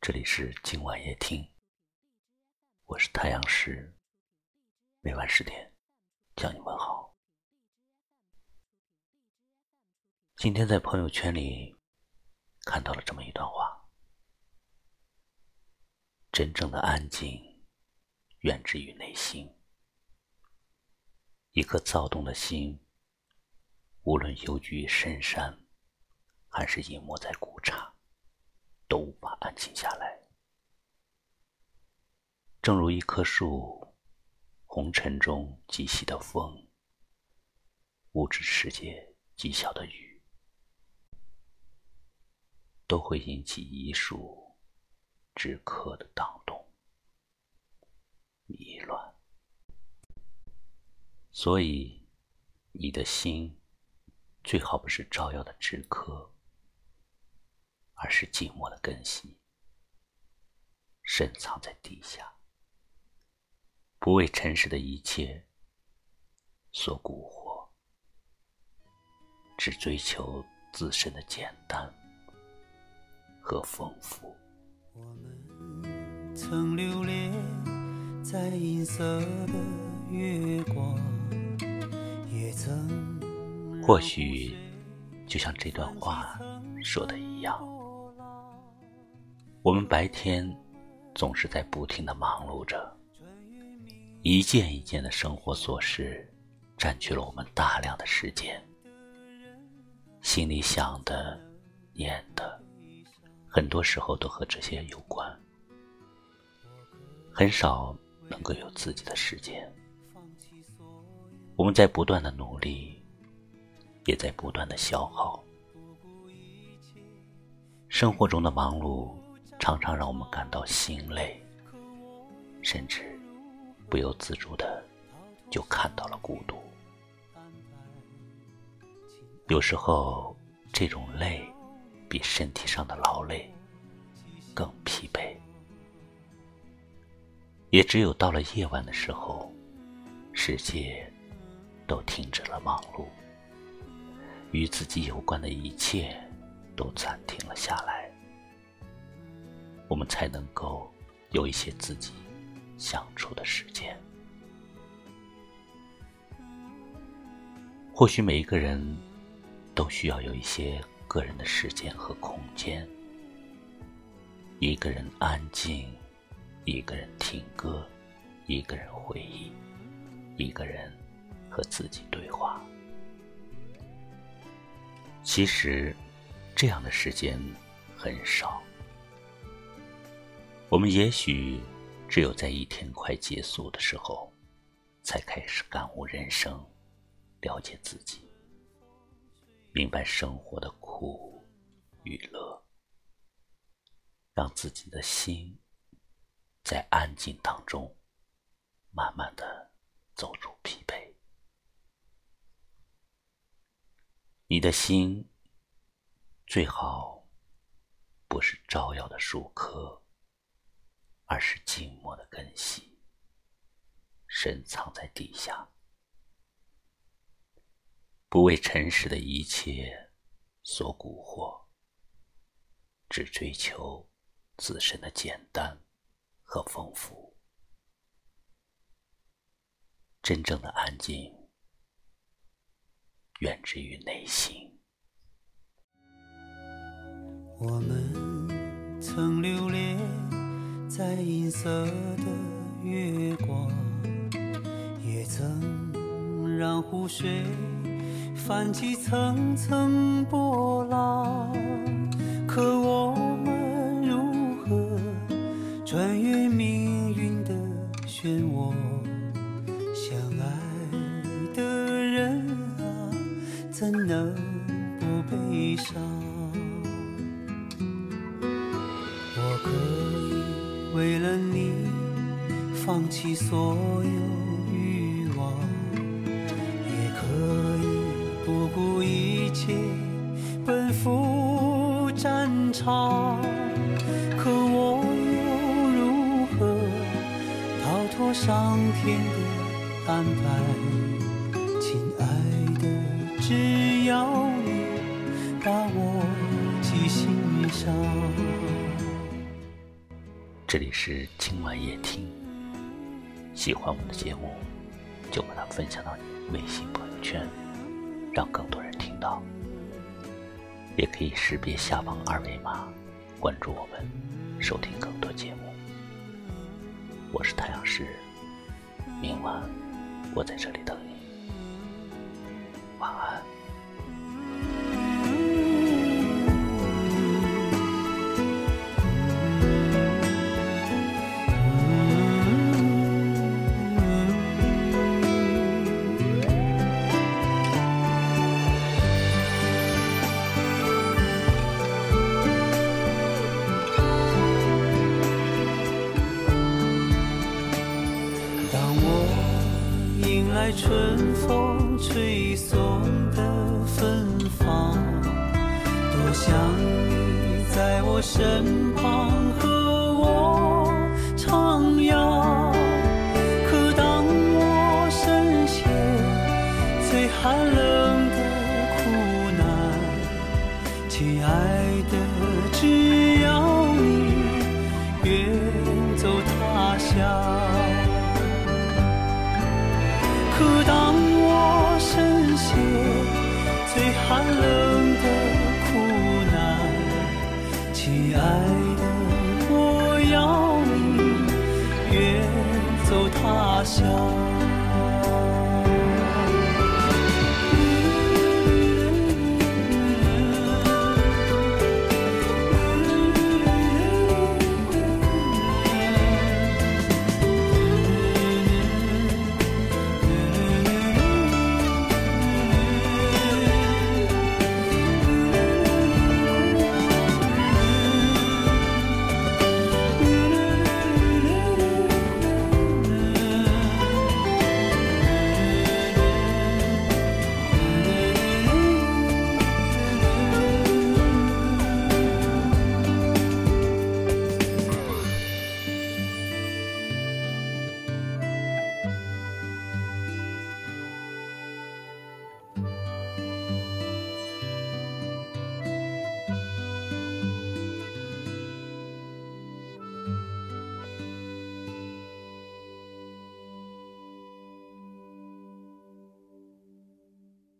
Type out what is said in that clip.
这里是今晚夜听，我是太阳石，每晚10点向你问好。今天在朋友圈里看到了这么一段话：真正的安静源自于内心，一颗躁动的心，无论幽居于深山还是隐没在古刹，都无法安静下来。正如一棵树，红尘中极细的风，物质世界极小的雨，都会引起遗属之刻的荡动迷乱。所以你的心最好不是照耀的枝柯，而是静默的根系，深藏在地下，不为尘世的一切所蛊惑，只追求自身的简单和丰富。 我们曾流连在银色的月光，也曾或许就像这段话说的一样，我们白天总是在不停地忙碌着，一件一件的生活琐事占据了我们大量的时间，心里想的念的很多时候都和这些有关，很少能够有自己的时间。我们在不断的努力，也在不断的消耗。生活中的忙碌常常让我们感到心累，甚至不由自主的就看到了孤独。有时候这种累比身体上的劳累更疲惫。也只有到了夜晚的时候，世界都停止了忙碌，与自己有关的一切都暂停了下来，我们才能够有一些自己相处的时间。或许每一个人都需要有一些个人的时间和空间，一个人安静，一个人听歌，一个人回忆，一个人和自己对话。其实这样的时间很少，我们也许只有在一天快结束的时候，才开始感悟人生，了解自己，明白生活的苦与乐，让自己的心在安静当中慢慢地走入疲惫。你的心最好不是照耀的树柯，而是静默的根系，深藏在地下，不为尘世的一切所蛊惑，只追求自身的简单和丰富。真正的安静源自于内心。 我们曾流连在银色的月光，也曾让湖水泛起层层波浪，可我们如何穿越命运的漩涡？相爱的人啊，怎能不悲伤？我可以为了你放弃所有欲望，也可以不顾一切奔赴战场，可我又如何逃脱上天的安排？亲爱的，只要你把我记心上。 这里是今晚夜听，喜欢我们的节目就把它分享到你微信朋友圈，让更多人听到。也可以识别下方二维码关注我们，收听更多节目。我是太阳石，明晚我在这里等你，晚安。 迎来春风吹送的芬芳，多想你在我身旁和我徜徉。可当我身陷最寒冷的苦难，亲爱的，只要你远走他乡。可当我身陷最寒冷的苦难，亲爱的，我要你远走他乡。